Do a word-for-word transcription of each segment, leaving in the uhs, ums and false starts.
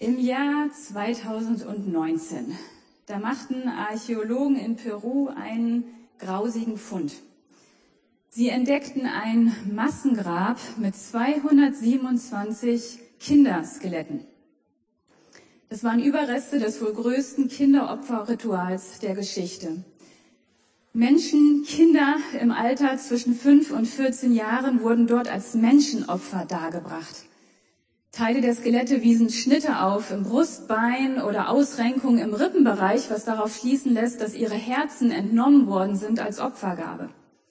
Im Jahr zweitausendneunzehn, da machten Archäologen in Peru einen grausigen Fund. Sie entdeckten ein Massengrab mit zweihundertsiebenundzwanzig Kinderskeletten. Das waren Überreste des wohl größten Kinderopferrituals der Geschichte. Menschen, Kinder im Alter zwischen fünf und vierzehn Jahren wurden dort als Menschenopfer dargebracht. Teile der Skelette wiesen Schnitte auf im Brustbein oder Ausrenkungen im Rippenbereich, was darauf schließen lässt, dass ihre Herzen entnommen worden sind als Opfergabe.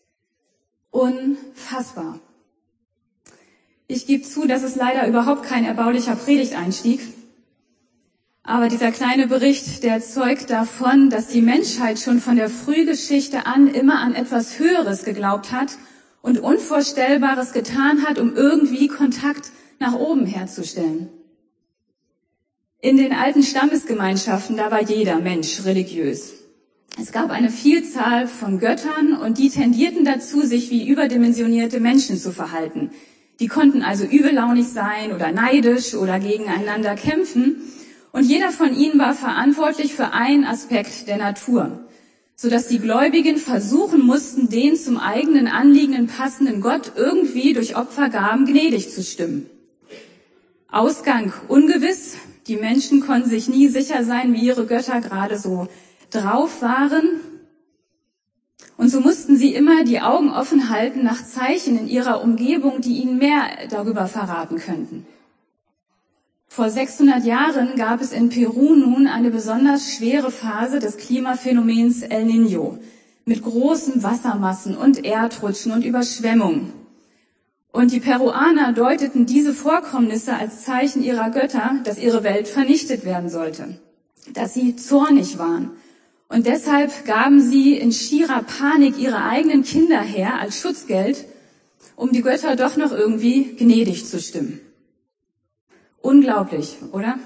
Unfassbar. Ich gebe zu, das ist leider überhaupt kein erbaulicher Predigteinstieg. Aber dieser kleine Bericht, der zeugt davon, dass die Menschheit schon von der Frühgeschichte an immer an etwas Höheres geglaubt hat und Unvorstellbares getan hat, um irgendwie Kontakt nach oben herzustellen. In den alten Stammesgemeinschaften, da war jeder Mensch religiös. Es gab eine Vielzahl von Göttern und die tendierten dazu, sich wie überdimensionierte Menschen zu verhalten. Die konnten also übellaunig sein oder neidisch oder gegeneinander kämpfen. Und jeder von ihnen war verantwortlich für einen Aspekt der Natur, sodass die Gläubigen versuchen mussten, den zum eigenen Anliegen passenden Gott irgendwie durch Opfergaben gnädig zu stimmen. Ausgang ungewiss. Die Menschen konnten sich nie sicher sein, wie ihre Götter gerade so drauf waren. Und so mussten sie immer die Augen offen halten nach Zeichen in ihrer Umgebung, die ihnen mehr darüber verraten könnten. Vor sechshundert Jahren gab es in Peru nun eine besonders schwere Phase des Klimaphänomens El Niño mit großen Wassermassen und Erdrutschen und Überschwemmungen. Und die Peruaner deuteten diese Vorkommnisse als Zeichen ihrer Götter, dass ihre Welt vernichtet werden sollte, dass sie zornig waren. Und deshalb gaben sie in schierer Panik ihre eigenen Kinder her als Schutzgeld, um die Götter doch noch irgendwie gnädig zu stimmen. Unglaublich, oder?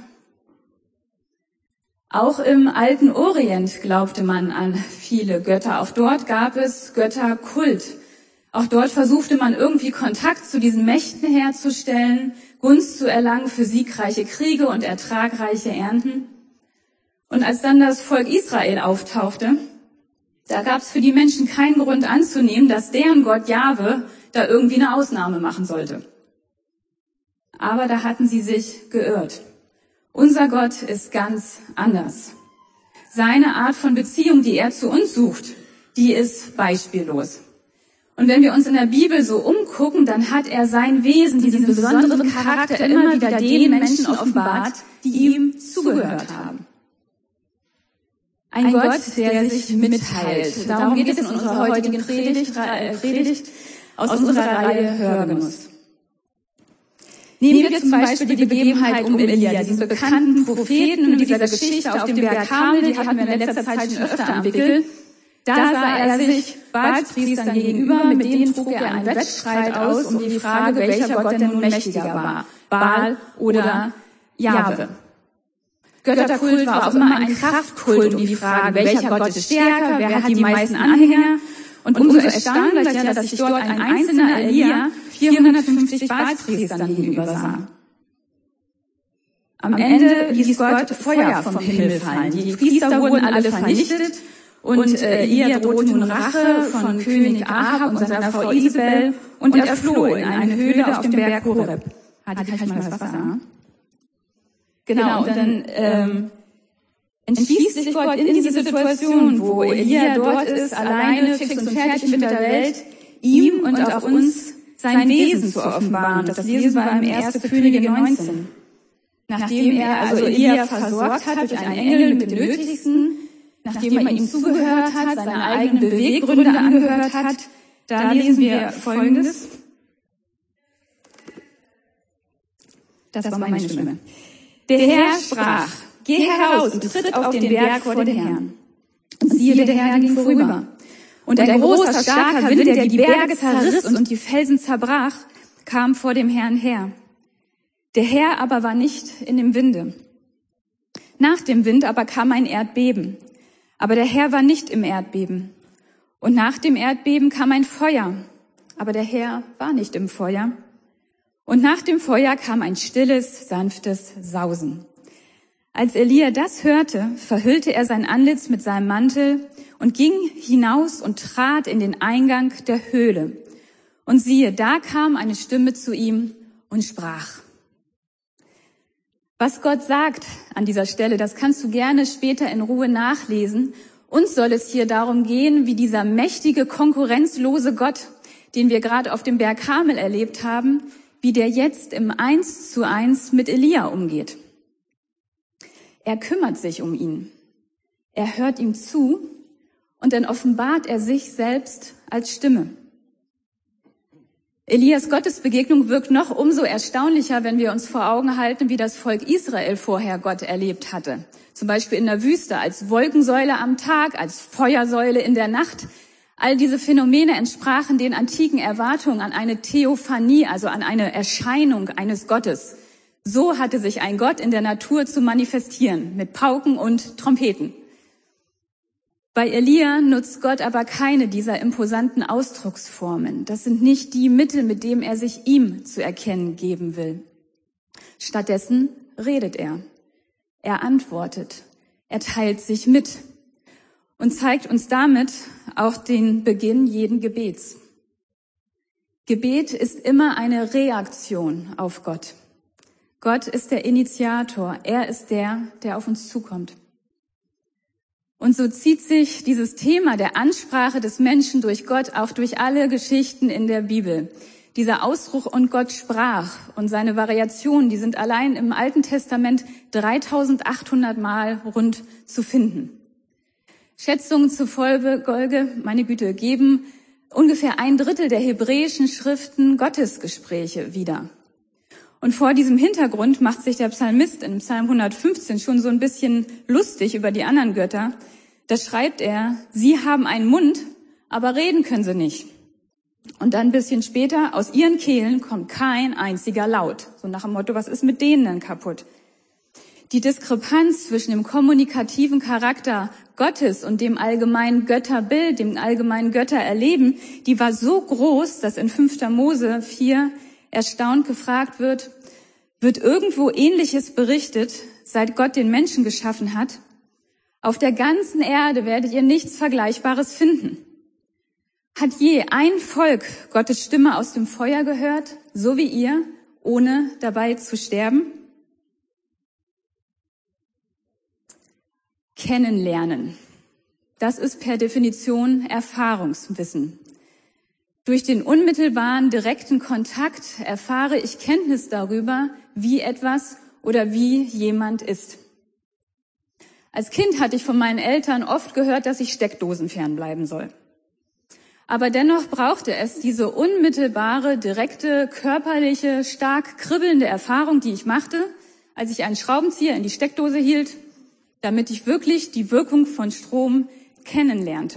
Auch im alten Orient glaubte man an viele Götter. Auch dort gab es Götterkult. Auch dort versuchte man irgendwie Kontakt zu diesen Mächten herzustellen, Gunst zu erlangen für siegreiche Kriege und ertragreiche Ernten. Und als dann das Volk Israel auftauchte, da gab es für die Menschen keinen Grund anzunehmen, dass deren Gott Jahwe da irgendwie eine Ausnahme machen sollte. Aber da hatten sie sich geirrt. Unser Gott ist ganz anders. Seine Art von Beziehung, die er zu uns sucht, die ist beispiellos. Und wenn wir uns in der Bibel so umgucken, dann hat er sein Wesen, diesen besonderen Charakter immer wieder den Menschen offenbart, die ihm zugehört haben. Ein Gott, der sich mitteilt. Darum geht es in unserer heutigen Predigt, äh, Predigt aus unserer Reihe Hörgenuss. Nehmen wir zum Beispiel die Begebenheit um Elia, diesen bekannten Propheten in dieser Geschichte auf dem Berg Karmel, die hatten wir in letzter Zeit schon öfter am Wickel. Da sah er sich Baalspriestern gegenüber, mit denen trug er einen Wettstreit aus um die Frage, welcher Gott denn nun mächtiger war, Baal oder Jahwe. Götterkult war auch immer ein Kraftkult um die Frage, welcher Gott ist stärker, wer hat die meisten Anhänger. Und umso erstaunlicher, dass sich dort ein einzelner Elia vierhundertfünfzig Baalspriestern gegenüber sah. Am Ende ließ Gott Feuer vom Himmel fallen. Die Priester wurden alle vernichtet und Elia drohte nun Rache von König Ahab und seiner Frau Isabel und er floh in eine Höhle auf dem Berg Horeb. Hatte ich mal das Wasser? Genau, und dann ähm, entschließt sich Gott in diese Situation, wo Elia dort ist, alleine, fix und fertig mit der Welt, ihm und auch uns sein Wesen zu offenbaren. Das lesen wir im ersten Könige neunzehn. Nachdem er also Elia versorgt hat durch einen Engel mit dem Nötigsten, nachdem er ihm zugehört hat, seine eigenen Beweggründe angehört hat, da lesen wir Folgendes. Das war meine Stimme. Der Herr sprach: Geh heraus und tritt auf den Berg vor den Herrn. Und siehe, der Herr ging vorüber. Und ein großer, starker Wind, der die Berge zerriss und die Felsen zerbrach, kam vor dem Herrn her. Der Herr aber war nicht in dem Winde. Nach dem Wind aber kam ein Erdbeben. Aber der Herr war nicht im Erdbeben. Und nach dem Erdbeben kam ein Feuer. Aber der Herr war nicht im Feuer. Und nach dem Feuer kam ein stilles, sanftes Sausen. Als Elia das hörte, verhüllte er sein Antlitz mit seinem Mantel und ging hinaus und trat in den Eingang der Höhle. Und siehe, da kam eine Stimme zu ihm und sprach. Was Gott sagt an dieser Stelle, das kannst du gerne später in Ruhe nachlesen. Uns soll es hier darum gehen, wie dieser mächtige, konkurrenzlose Gott, den wir gerade auf dem Berg Karmel erlebt haben, wie der jetzt im Eins zu Eins mit Elia umgeht. Er kümmert sich um ihn. Er hört ihm zu und dann offenbart er sich selbst als Stimme. Elias Gottesbegegnung wirkt noch umso erstaunlicher, wenn wir uns vor Augen halten, wie das Volk Israel vorher Gott erlebt hatte. Zum Beispiel in der Wüste als Wolkensäule am Tag, als Feuersäule in der Nacht. All diese Phänomene entsprachen den antiken Erwartungen an eine Theophanie, also an eine Erscheinung eines Gottes. So hatte sich ein Gott in der Natur zu manifestieren, mit Pauken und Trompeten. Bei Elia nutzt Gott aber keine dieser imposanten Ausdrucksformen. Das sind nicht die Mittel, mit denen er sich ihm zu erkennen geben will. Stattdessen redet er. Er antwortet. Er teilt sich mit und zeigt uns damit auch den Beginn jeden Gebets. Gebet ist immer eine Reaktion auf Gott. Gott ist der Initiator. Er ist der, der auf uns zukommt. Und so zieht sich dieses Thema der Ansprache des Menschen durch Gott auch durch alle Geschichten in der Bibel. Dieser Ausdruck „und Gott sprach" und seine Variationen, die sind allein im Alten Testament dreitausendachthundert Mal rund zu finden. Schätzungen zufolge, meine Güte, geben ungefähr ein Drittel der hebräischen Schriften Gottesgespräche wieder. Und vor diesem Hintergrund macht sich der Psalmist in Psalm hundertfünfzehn schon so ein bisschen lustig über die anderen Götter. Da schreibt er, sie haben einen Mund, aber reden können sie nicht. Und dann ein bisschen später, aus ihren Kehlen kommt kein einziger Laut. So nach dem Motto, was ist mit denen denn kaputt? Die Diskrepanz zwischen dem kommunikativen Charakter Gottes und dem allgemeinen Götterbild, dem allgemeinen Göttererleben, die war so groß, dass in fünfter Mose vier erstaunt gefragt wird, wird irgendwo Ähnliches berichtet, seit Gott den Menschen geschaffen hat? Auf der ganzen Erde werdet ihr nichts Vergleichbares finden. Hat je ein Volk Gottes Stimme aus dem Feuer gehört, so wie ihr, ohne dabei zu sterben? Kennenlernen. Das ist per Definition Erfahrungswissen. Durch den unmittelbaren, direkten Kontakt erfahre ich Kenntnis darüber, wie etwas oder wie jemand ist. Als Kind hatte ich von meinen Eltern oft gehört, dass ich Steckdosen fernbleiben soll. Aber dennoch brauchte es diese unmittelbare, direkte, körperliche, stark kribbelnde Erfahrung, die ich machte, als ich einen Schraubenzieher in die Steckdose hielt, damit ich wirklich die Wirkung von Strom kennenlernte.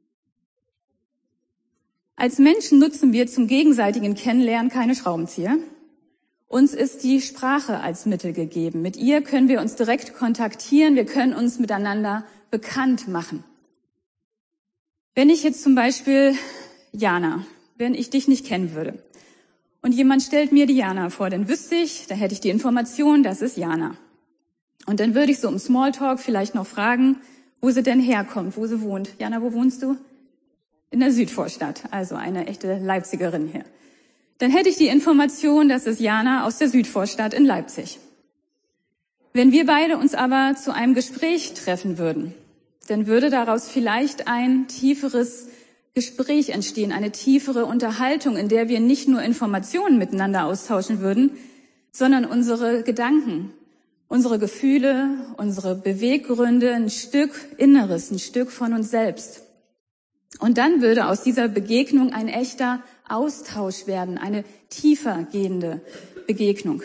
Als Menschen nutzen wir zum gegenseitigen Kennenlernen keine Schraubenzieher. Uns ist die Sprache als Mittel gegeben. Mit ihr können wir uns direkt kontaktieren, wir können uns miteinander bekannt machen. Wenn ich jetzt zum Beispiel Jana, wenn ich dich nicht kennen würde und jemand stellt mir die Jana vor, dann wüsste ich, da hätte ich die Information, das ist Jana. Und dann würde ich so im Smalltalk vielleicht noch fragen, wo sie denn herkommt, wo sie wohnt. Jana, wo wohnst du? In der Südvorstadt, also eine echte Leipzigerin hier. Dann hätte ich die Information, das ist Jana aus der Südvorstadt in Leipzig. Wenn wir beide uns aber zu einem Gespräch treffen würden, dann würde daraus vielleicht ein tieferes Gespräch entstehen, eine tiefere Unterhaltung, in der wir nicht nur Informationen miteinander austauschen würden, sondern unsere Gedanken, unsere Gefühle, unsere Beweggründe, ein Stück Inneres, ein Stück von uns selbst. Und dann würde aus dieser Begegnung ein echter Austausch werden, eine tiefer gehende Begegnung.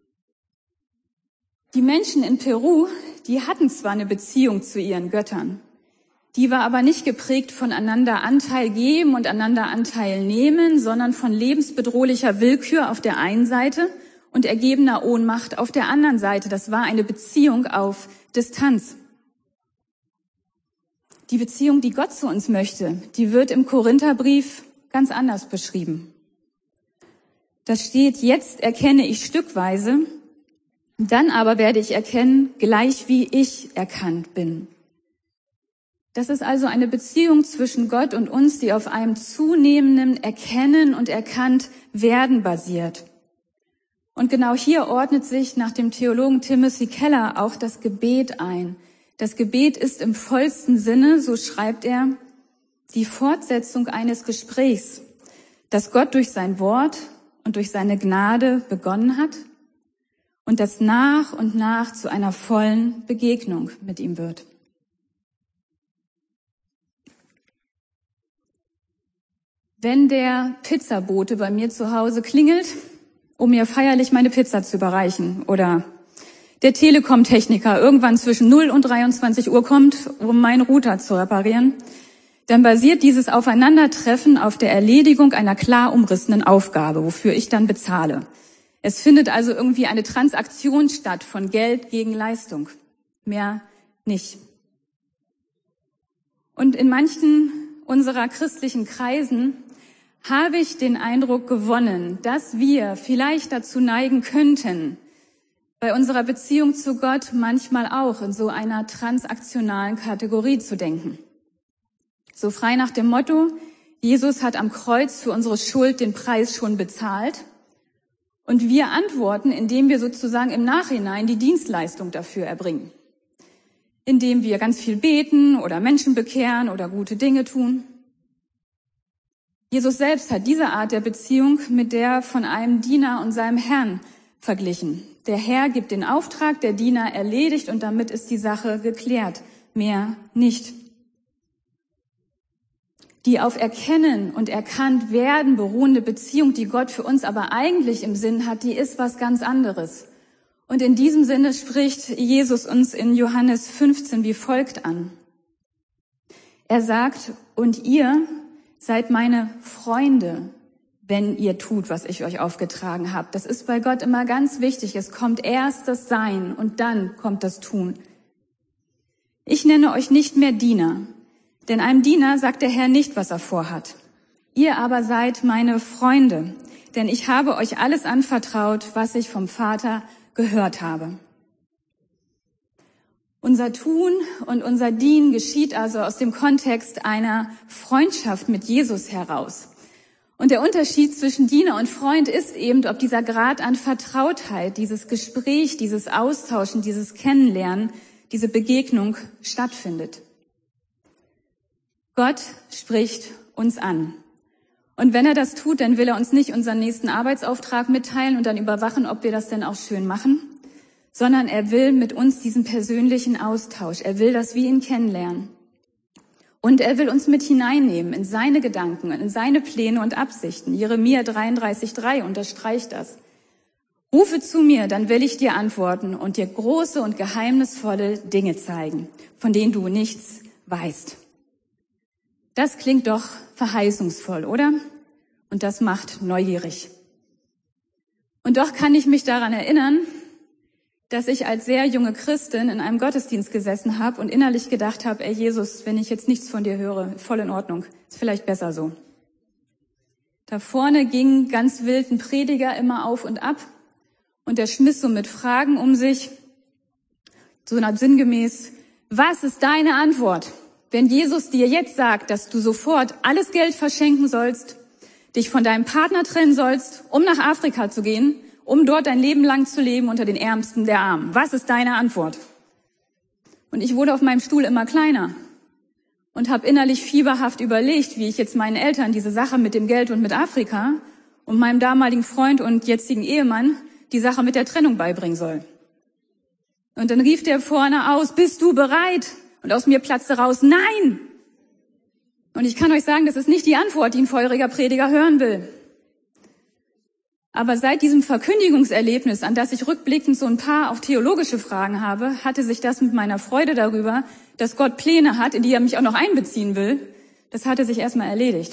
Die Menschen in Peru, die hatten zwar eine Beziehung zu ihren Göttern, die war aber nicht geprägt von einander Anteil geben und einander Anteil nehmen, sondern von lebensbedrohlicher Willkür auf der einen Seite und ergebener Ohnmacht auf der anderen Seite. Das war eine Beziehung auf Distanz. Die Beziehung, die Gott zu uns möchte, die wird im Korintherbrief ganz anders beschrieben. Da steht, jetzt erkenne ich stückweise, Dann aber werde ich erkennen, gleich wie ich erkannt bin. Das ist also eine Beziehung zwischen Gott und uns, die auf einem zunehmenden Erkennen und Erkanntwerden basiert. Und genau hier ordnet sich nach dem Theologen Timothy Keller auch das Gebet ein. Das Gebet ist im vollsten Sinne, so schreibt er, die Fortsetzung eines Gesprächs, das Gott durch sein Wort und durch seine Gnade begonnen hat und das nach und nach zu einer vollen Begegnung mit ihm wird. Wenn der Pizzabote bei mir zu Hause klingelt, um mir feierlich meine Pizza zu überreichen, oder der Telekom-Techniker irgendwann zwischen null und dreiundzwanzig Uhr kommt, um meinen Router zu reparieren, dann basiert dieses Aufeinandertreffen auf der Erledigung einer klar umrissenen Aufgabe, wofür ich dann bezahle. Es findet also irgendwie eine Transaktion statt von Geld gegen Leistung. Mehr nicht. Und in manchen unserer christlichen Kreisen habe ich den Eindruck gewonnen, dass wir vielleicht dazu neigen könnten, bei unserer Beziehung zu Gott manchmal auch in so einer transaktionalen Kategorie zu denken. So frei nach dem Motto, Jesus hat am Kreuz für unsere Schuld den Preis schon bezahlt und wir antworten, indem wir sozusagen im Nachhinein die Dienstleistung dafür erbringen. Indem wir ganz viel beten oder Menschen bekehren oder gute Dinge tun. Jesus selbst hat diese Art der Beziehung mit der von einem Diener und seinem Herrn verglichen. Der Herr gibt den Auftrag, der Diener erledigt und damit ist die Sache geklärt. Mehr nicht. Die auf Erkennen und erkannt werden beruhende Beziehung, die Gott für uns aber eigentlich im Sinn hat, die ist was ganz anderes. Und in diesem Sinne spricht Jesus uns in Johannes fünfzehn wie folgt an. Er sagt, und ihr seid meine Freunde, wenn ihr tut, was ich euch aufgetragen habe. Das ist bei Gott immer ganz wichtig. Es kommt erst das Sein und dann kommt das Tun. Ich nenne euch nicht mehr Diener, denn einem Diener sagt der Herr nicht, was er vorhat. Ihr aber seid meine Freunde, denn ich habe euch alles anvertraut, was ich vom Vater gehört habe. Unser Tun und unser Dienen geschieht also aus dem Kontext einer Freundschaft mit Jesus heraus. Und der Unterschied zwischen Diener und Freund ist eben, ob dieser Grad an Vertrautheit, dieses Gespräch, dieses Austauschen, dieses Kennenlernen, diese Begegnung stattfindet. Gott spricht uns an. Und wenn er das tut, dann will er uns nicht unseren nächsten Arbeitsauftrag mitteilen und dann überwachen, ob wir das denn auch schön machen, sondern er will mit uns diesen persönlichen Austausch. Er will, dass wir ihn kennenlernen. Und er will uns mit hineinnehmen in seine Gedanken, in seine Pläne und Absichten. Jeremia dreiunddreißig drei unterstreicht das. Rufe zu mir, dann will ich dir antworten und dir große und geheimnisvolle Dinge zeigen, von denen du nichts weißt. Das klingt doch verheißungsvoll, oder? Und das macht neugierig. Und doch kann ich mich daran erinnern, dass ich als sehr junge Christin in einem Gottesdienst gesessen habe und innerlich gedacht habe, ey Jesus, wenn ich jetzt nichts von dir höre, voll in Ordnung, ist vielleicht besser so. Da vorne ging ganz wild ein Prediger immer auf und ab und der schmiss so mit Fragen um sich, so sinngemäß, was ist deine Antwort, wenn Jesus dir jetzt sagt, dass du sofort alles Geld verschenken sollst, dich von deinem Partner trennen sollst, um nach Afrika zu gehen, um dort dein Leben lang zu leben unter den Ärmsten der Armen. Was ist deine Antwort? Und ich wurde auf meinem Stuhl immer kleiner und habe innerlich fieberhaft überlegt, wie ich jetzt meinen Eltern diese Sache mit dem Geld und mit Afrika und meinem damaligen Freund und jetzigen Ehemann die Sache mit der Trennung beibringen soll. Und dann rief der vorne aus, bist du bereit? Und aus mir platzte raus, nein! Und ich kann euch sagen, das ist nicht die Antwort, die ein feuriger Prediger hören will. Aber seit diesem Verkündigungserlebnis, an das ich rückblickend so ein paar auch theologische Fragen habe, hatte sich das mit meiner Freude darüber, dass Gott Pläne hat, in die er mich auch noch einbeziehen will, das hatte sich erstmal erledigt.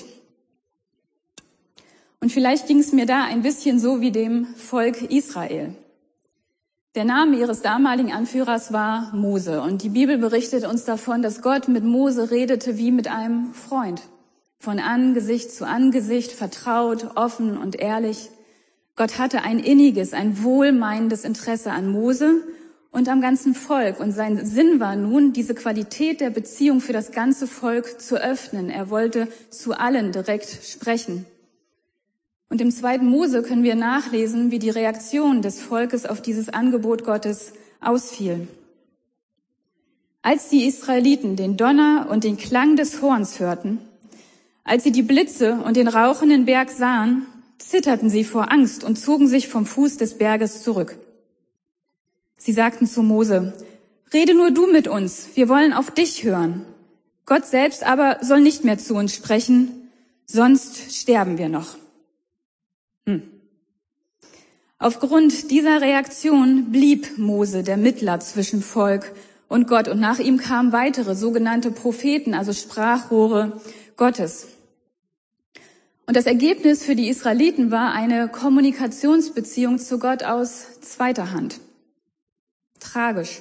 Und vielleicht ging es mir da ein bisschen so wie dem Volk Israel. Der Name ihres damaligen Anführers war Mose und die Bibel berichtet uns davon, dass Gott mit Mose redete wie mit einem Freund. Von Angesicht zu Angesicht, vertraut, offen und ehrlich. Gott hatte ein inniges, ein wohlmeinendes Interesse an Mose und am ganzen Volk. Und sein Sinn war nun, diese Qualität der Beziehung für das ganze Volk zu öffnen. Er wollte zu allen direkt sprechen. Und im zweiten Mose können wir nachlesen, wie die Reaktion des Volkes auf dieses Angebot Gottes ausfiel. Als die Israeliten den Donner und den Klang des Horns hörten, als sie die Blitze und den rauchenden Berg sahen, zitterten sie vor Angst und zogen sich vom Fuß des Berges zurück. Sie sagten zu Mose: Rede nur du mit uns, wir wollen auf dich hören. Gott selbst aber soll nicht mehr zu uns sprechen, sonst sterben wir noch. Hm. Aufgrund dieser Reaktion blieb Mose der Mittler zwischen Volk und Gott, und nach ihm kamen weitere sogenannte Propheten, also Sprachrohre Gottes. Und das Ergebnis für die Israeliten war eine Kommunikationsbeziehung zu Gott aus zweiter Hand. Tragisch.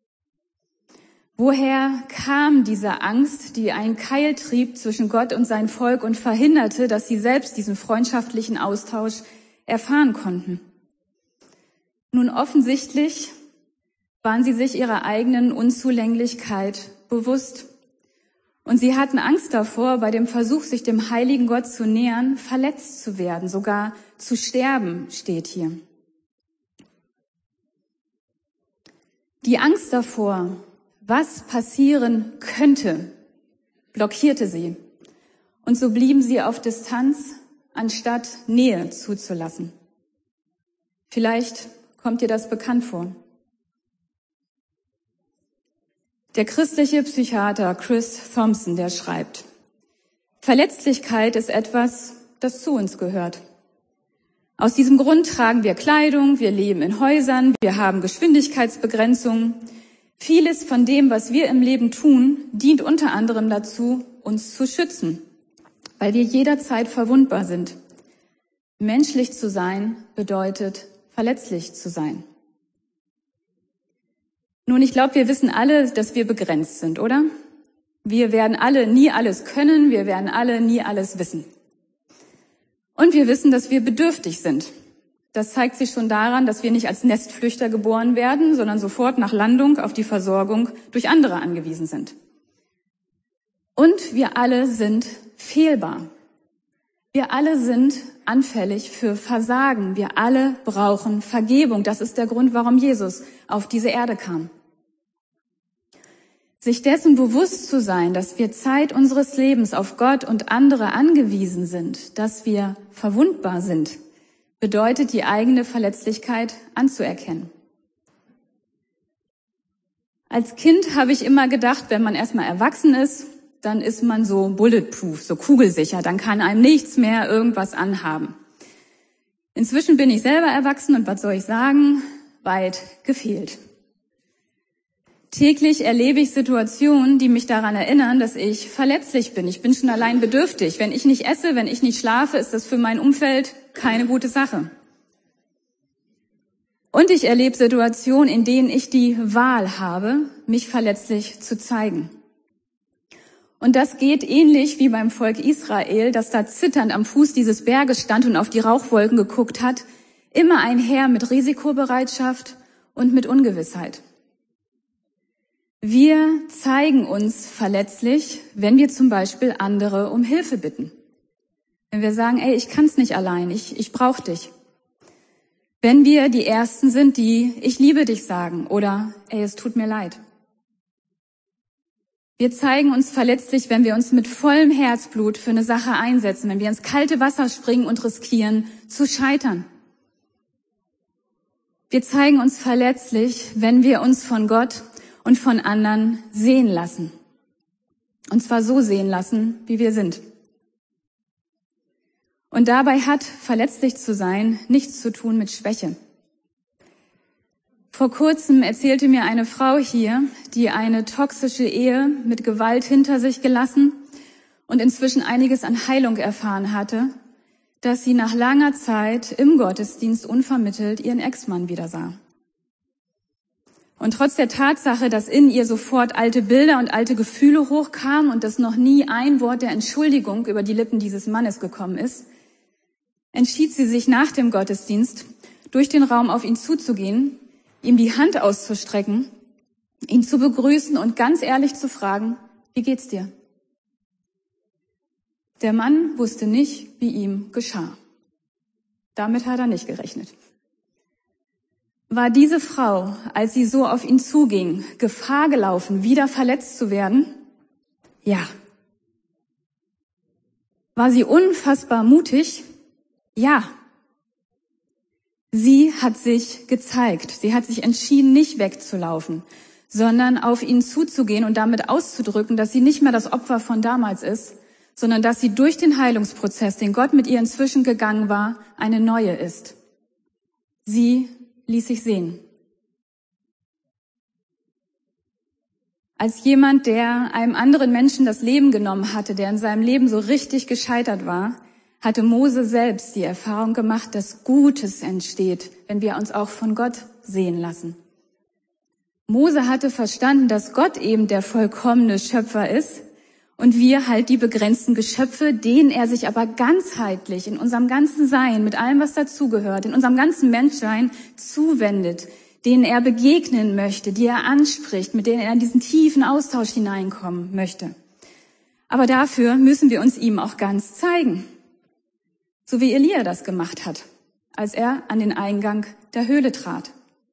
Woher kam diese Angst, die einen Keil trieb zwischen Gott und sein Volk und verhinderte, dass sie selbst diesen freundschaftlichen Austausch erfahren konnten? Nun, offensichtlich waren sie sich ihrer eigenen Unzulänglichkeit bewusst. Und sie hatten Angst davor, bei dem Versuch, sich dem heiligen Gott zu nähern, verletzt zu werden, sogar zu sterben, steht hier. Die Angst davor, was passieren könnte, blockierte sie. Und so blieben sie auf Distanz, anstatt Nähe zuzulassen. Vielleicht kommt dir das bekannt vor. Der christliche Psychiater Chris Thompson, der schreibt: Verletzlichkeit ist etwas, das zu uns gehört. Aus diesem Grund tragen wir Kleidung, wir leben in Häusern, wir haben Geschwindigkeitsbegrenzungen. Vieles von dem, was wir im Leben tun, dient unter anderem dazu, uns zu schützen, weil wir jederzeit verwundbar sind. Menschlich zu sein bedeutet, verletzlich zu sein. Nun, ich glaube, wir wissen alle, dass wir begrenzt sind, oder? Wir werden alle nie alles können, wir werden alle nie alles wissen. Und wir wissen, dass wir bedürftig sind. Das zeigt sich schon daran, dass wir nicht als Nestflüchter geboren werden, sondern sofort nach Landung auf die Versorgung durch andere angewiesen sind. Und wir alle sind fehlbar. Wir alle sind anfällig für Versagen. Wir alle brauchen Vergebung. Das ist der Grund, warum Jesus auf diese Erde kam. Sich dessen bewusst zu sein, dass wir Zeit unseres Lebens auf Gott und andere angewiesen sind, dass wir verwundbar sind, bedeutet, die eigene Verletzlichkeit anzuerkennen. Als Kind habe ich immer gedacht, wenn man erstmal erwachsen ist, dann ist man so bulletproof, so kugelsicher, dann kann einem nichts mehr irgendwas anhaben. Inzwischen bin ich selber erwachsen und was soll ich sagen? Weit gefehlt. Täglich erlebe ich Situationen, die mich daran erinnern, dass ich verletzlich bin. Ich bin schon allein bedürftig. Wenn ich nicht esse, wenn ich nicht schlafe, ist das für mein Umfeld keine gute Sache. Und ich erlebe Situationen, in denen ich die Wahl habe, mich verletzlich zu zeigen. Und das geht ähnlich wie beim Volk Israel, das da zitternd am Fuß dieses Berges stand und auf die Rauchwolken geguckt hat, immer einher mit Risikobereitschaft und mit Ungewissheit. Wir zeigen uns verletzlich, wenn wir zum Beispiel andere um Hilfe bitten. Wenn wir sagen, ey, ich kann's nicht allein, ich, ich brauche dich. Wenn wir die Ersten sind, die ich liebe dich sagen oder ey, es tut mir leid. Wir zeigen uns verletzlich, wenn wir uns mit vollem Herzblut für eine Sache einsetzen, wenn wir ins kalte Wasser springen und riskieren, zu scheitern. Wir zeigen uns verletzlich, wenn wir uns von Gott und von anderen sehen lassen. Und zwar so sehen lassen, wie wir sind. Und dabei hat verletzlich zu sein nichts zu tun mit Schwäche. Vor kurzem erzählte mir eine Frau hier, die eine toxische Ehe mit Gewalt hinter sich gelassen und inzwischen einiges an Heilung erfahren hatte, dass sie nach langer Zeit im Gottesdienst unvermittelt ihren Ex-Mann wieder sah. Und trotz der Tatsache, dass in ihr sofort alte Bilder und alte Gefühle hochkamen und dass noch nie ein Wort der Entschuldigung über die Lippen dieses Mannes gekommen ist, entschied sie sich nach dem Gottesdienst, durch den Raum auf ihn zuzugehen, ihm die Hand auszustrecken, ihn zu begrüßen und ganz ehrlich zu fragen, wie geht's dir? Der Mann wusste nicht, wie ihm geschah. Damit hat er nicht gerechnet. War diese Frau, als sie so auf ihn zuging, Gefahr gelaufen, wieder verletzt zu werden? Ja. War sie unfassbar mutig? Ja. Sie hat sich gezeigt. Sie hat sich entschieden, nicht wegzulaufen, sondern auf ihn zuzugehen und damit auszudrücken, dass sie nicht mehr das Opfer von damals ist, sondern dass sie durch den Heilungsprozess, den Gott mit ihr inzwischen gegangen war, eine neue ist. Sie ließ sich sehen. Als jemand, der einem anderen Menschen das Leben genommen hatte, der in seinem Leben so richtig gescheitert war, hatte Mose selbst die Erfahrung gemacht, dass Gutes entsteht, wenn wir uns auch von Gott sehen lassen. Mose hatte verstanden, dass Gott eben der vollkommene Schöpfer ist und wir halt die begrenzten Geschöpfe, denen er sich aber ganzheitlich in unserem ganzen Sein, mit allem, was dazugehört, in unserem ganzen Menschsein zuwendet, denen er begegnen möchte, die er anspricht, mit denen er in diesen tiefen Austausch hineinkommen möchte. Aber dafür müssen wir uns ihm auch ganz zeigen. So wie Elia das gemacht hat, als er an den Eingang der Höhle trat.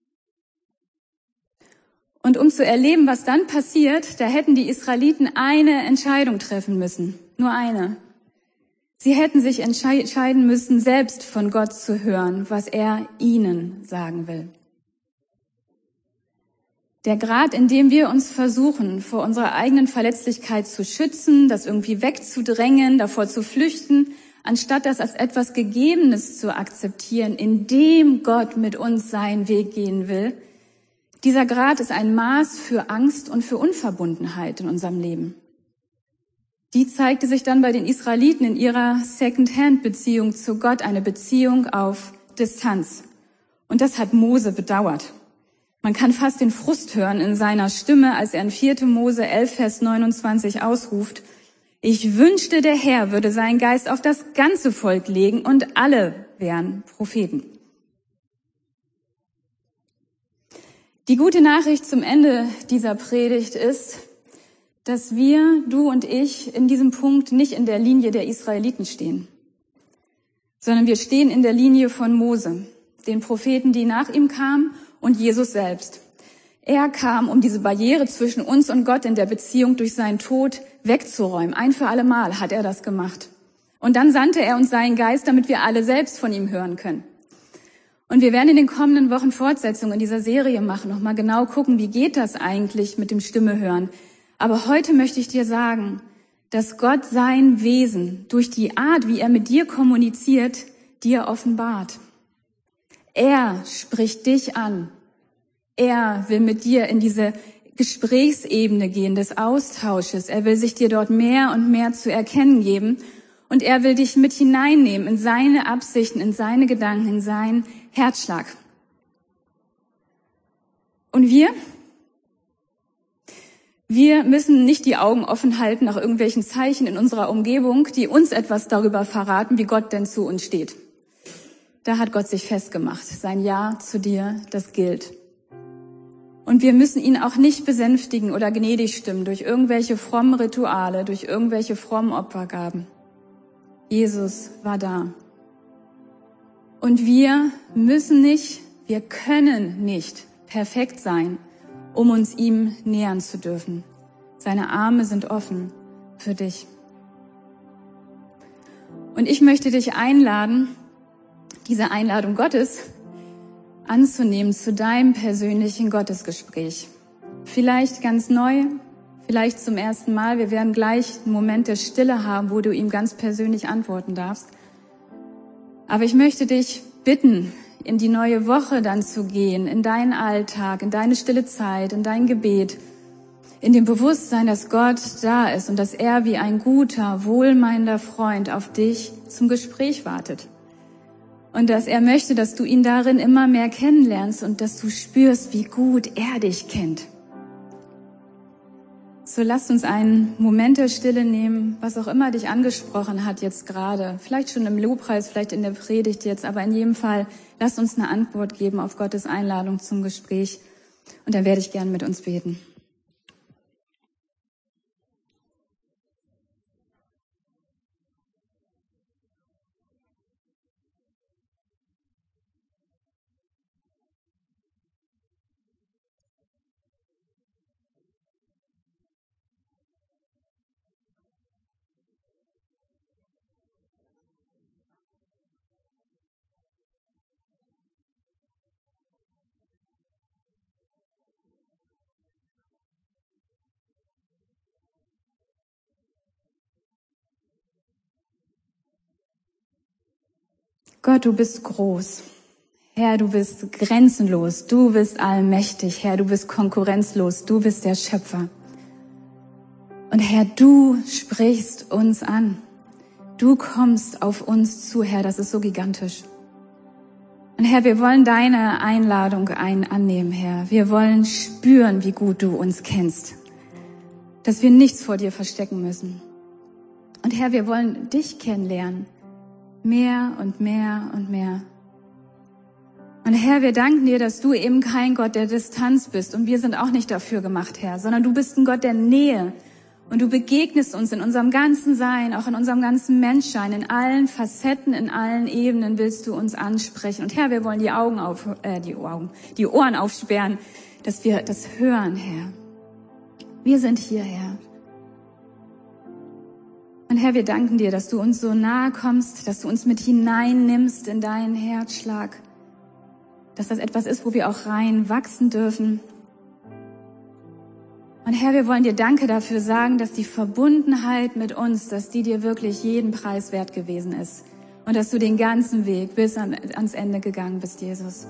Und um zu erleben, was dann passiert, da hätten die Israeliten eine Entscheidung treffen müssen. Nur eine. Sie hätten sich entscheiden müssen, selbst von Gott zu hören, was er ihnen sagen will. Der Grad, in dem wir uns versuchen, vor unserer eigenen Verletzlichkeit zu schützen, das irgendwie wegzudrängen, davor zu flüchten, anstatt das als etwas Gegebenes zu akzeptieren, in dem Gott mit uns seinen Weg gehen will, dieser Grad ist ein Maß für Angst und für Unverbundenheit in unserem Leben. Die zeigte sich dann bei den Israeliten in ihrer Second-Hand-Beziehung zu Gott, eine Beziehung auf Distanz. Und das hat Mose bedauert. Man kann fast den Frust hören in seiner Stimme, als er in vierte Mose elf, Vers neunundzwanzig ausruft, ich wünschte, der Herr würde seinen Geist auf das ganze Volk legen und alle wären Propheten. Die gute Nachricht zum Ende dieser Predigt ist, dass wir, du und ich, in diesem Punkt nicht in der Linie der Israeliten stehen, sondern wir stehen in der Linie von Mose, den Propheten, die nach ihm kamen, und Jesus selbst. Er kam, um diese Barriere zwischen uns und Gott in der Beziehung durch seinen Tod wegzuräumen. Ein für alle Mal hat er das gemacht. Und dann sandte er uns seinen Geist, damit wir alle selbst von ihm hören können. Und wir werden in den kommenden Wochen Fortsetzungen in dieser Serie machen, nochmal genau gucken, wie geht das eigentlich mit dem Stimme hören. Aber heute möchte ich dir sagen, dass Gott sein Wesen durch die Art, wie er mit dir kommuniziert, dir offenbart. Er spricht dich an. Er will mit dir in diese Gesprächsebene gehen, des Austausches. Er will sich dir dort mehr und mehr zu erkennen geben. Und er will dich mit hineinnehmen in seine Absichten, in seine Gedanken, in seinen Herzschlag. Und wir? Wir müssen nicht die Augen offen halten nach irgendwelchen Zeichen in unserer Umgebung, die uns etwas darüber verraten, wie Gott denn zu uns steht. Da hat Gott sich festgemacht. Sein Ja zu dir, das gilt. Und wir müssen ihn auch nicht besänftigen oder gnädig stimmen durch irgendwelche frommen Rituale, durch irgendwelche frommen Opfergaben. Jesus war da. Und wir müssen nicht, wir können nicht perfekt sein, um uns ihm nähern zu dürfen. Seine Arme sind offen für dich. Und ich möchte dich einladen, diese Einladung Gottes anzunehmen zu deinem persönlichen Gottesgespräch. Vielleicht ganz neu, vielleicht zum ersten Mal. Wir werden gleich einen Moment der Stille haben, wo du ihm ganz persönlich antworten darfst. Aber ich möchte dich bitten, in die neue Woche dann zu gehen, in deinen Alltag, in deine stille Zeit, in dein Gebet, in dem Bewusstsein, dass Gott da ist und dass er wie ein guter, wohlmeinender Freund auf dich zum Gespräch wartet. Und dass er möchte, dass du ihn darin immer mehr kennenlernst und dass du spürst, wie gut er dich kennt. So lasst uns einen Moment der Stille nehmen, was auch immer dich angesprochen hat jetzt gerade. Vielleicht schon im Lobpreis, vielleicht in der Predigt jetzt, aber in jedem Fall lasst uns eine Antwort geben auf Gottes Einladung zum Gespräch. Und dann werde ich gern mit uns beten. Gott, du bist groß. Herr, du bist grenzenlos. Du bist allmächtig. Herr, du bist konkurrenzlos. Du bist der Schöpfer. Und Herr, du sprichst uns an. Du kommst auf uns zu, Herr. Das ist so gigantisch. Und Herr, wir wollen deine Einladung ein annehmen, Herr. Wir wollen spüren, wie gut du uns kennst. Dass wir nichts vor dir verstecken müssen. Und Herr, wir wollen dich kennenlernen. Mehr und mehr und mehr. Und Herr, wir danken dir, dass du eben kein Gott der Distanz bist. Und wir sind auch nicht dafür gemacht, Herr, sondern du bist ein Gott der Nähe. Und du begegnest uns in unserem ganzen Sein, auch in unserem ganzen Menschsein, in allen Facetten, in allen Ebenen willst du uns ansprechen. Und Herr, wir wollen die Augen auf, äh, die Augen, die Ohren aufsperren, dass wir das hören, Herr. Wir sind hier, Herr. Und Herr, wir danken dir, dass du uns so nahe kommst, dass du uns mit hineinnimmst in deinen Herzschlag, dass das etwas ist, wo wir auch rein wachsen dürfen. Und Herr, wir wollen dir Danke dafür sagen, dass die Verbundenheit mit uns, dass die dir wirklich jeden Preis wert gewesen ist und dass du den ganzen Weg bis an, ans Ende gegangen bist, Jesus.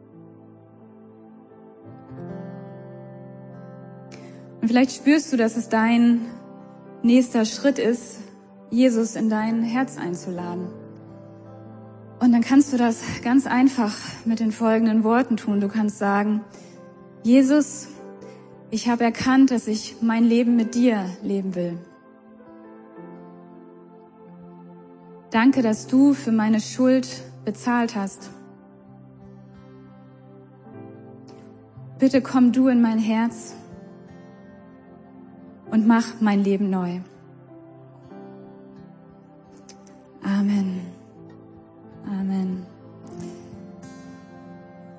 Und vielleicht spürst du, dass es dein nächster Schritt ist, Jesus in dein Herz einzuladen. Und dann kannst du das ganz einfach mit den folgenden Worten tun. Du kannst sagen, Jesus, ich habe erkannt, dass ich mein Leben mit dir leben will. Danke, dass du für meine Schuld bezahlt hast. Bitte komm du in mein Herz und mach mein Leben neu. Amen. Amen.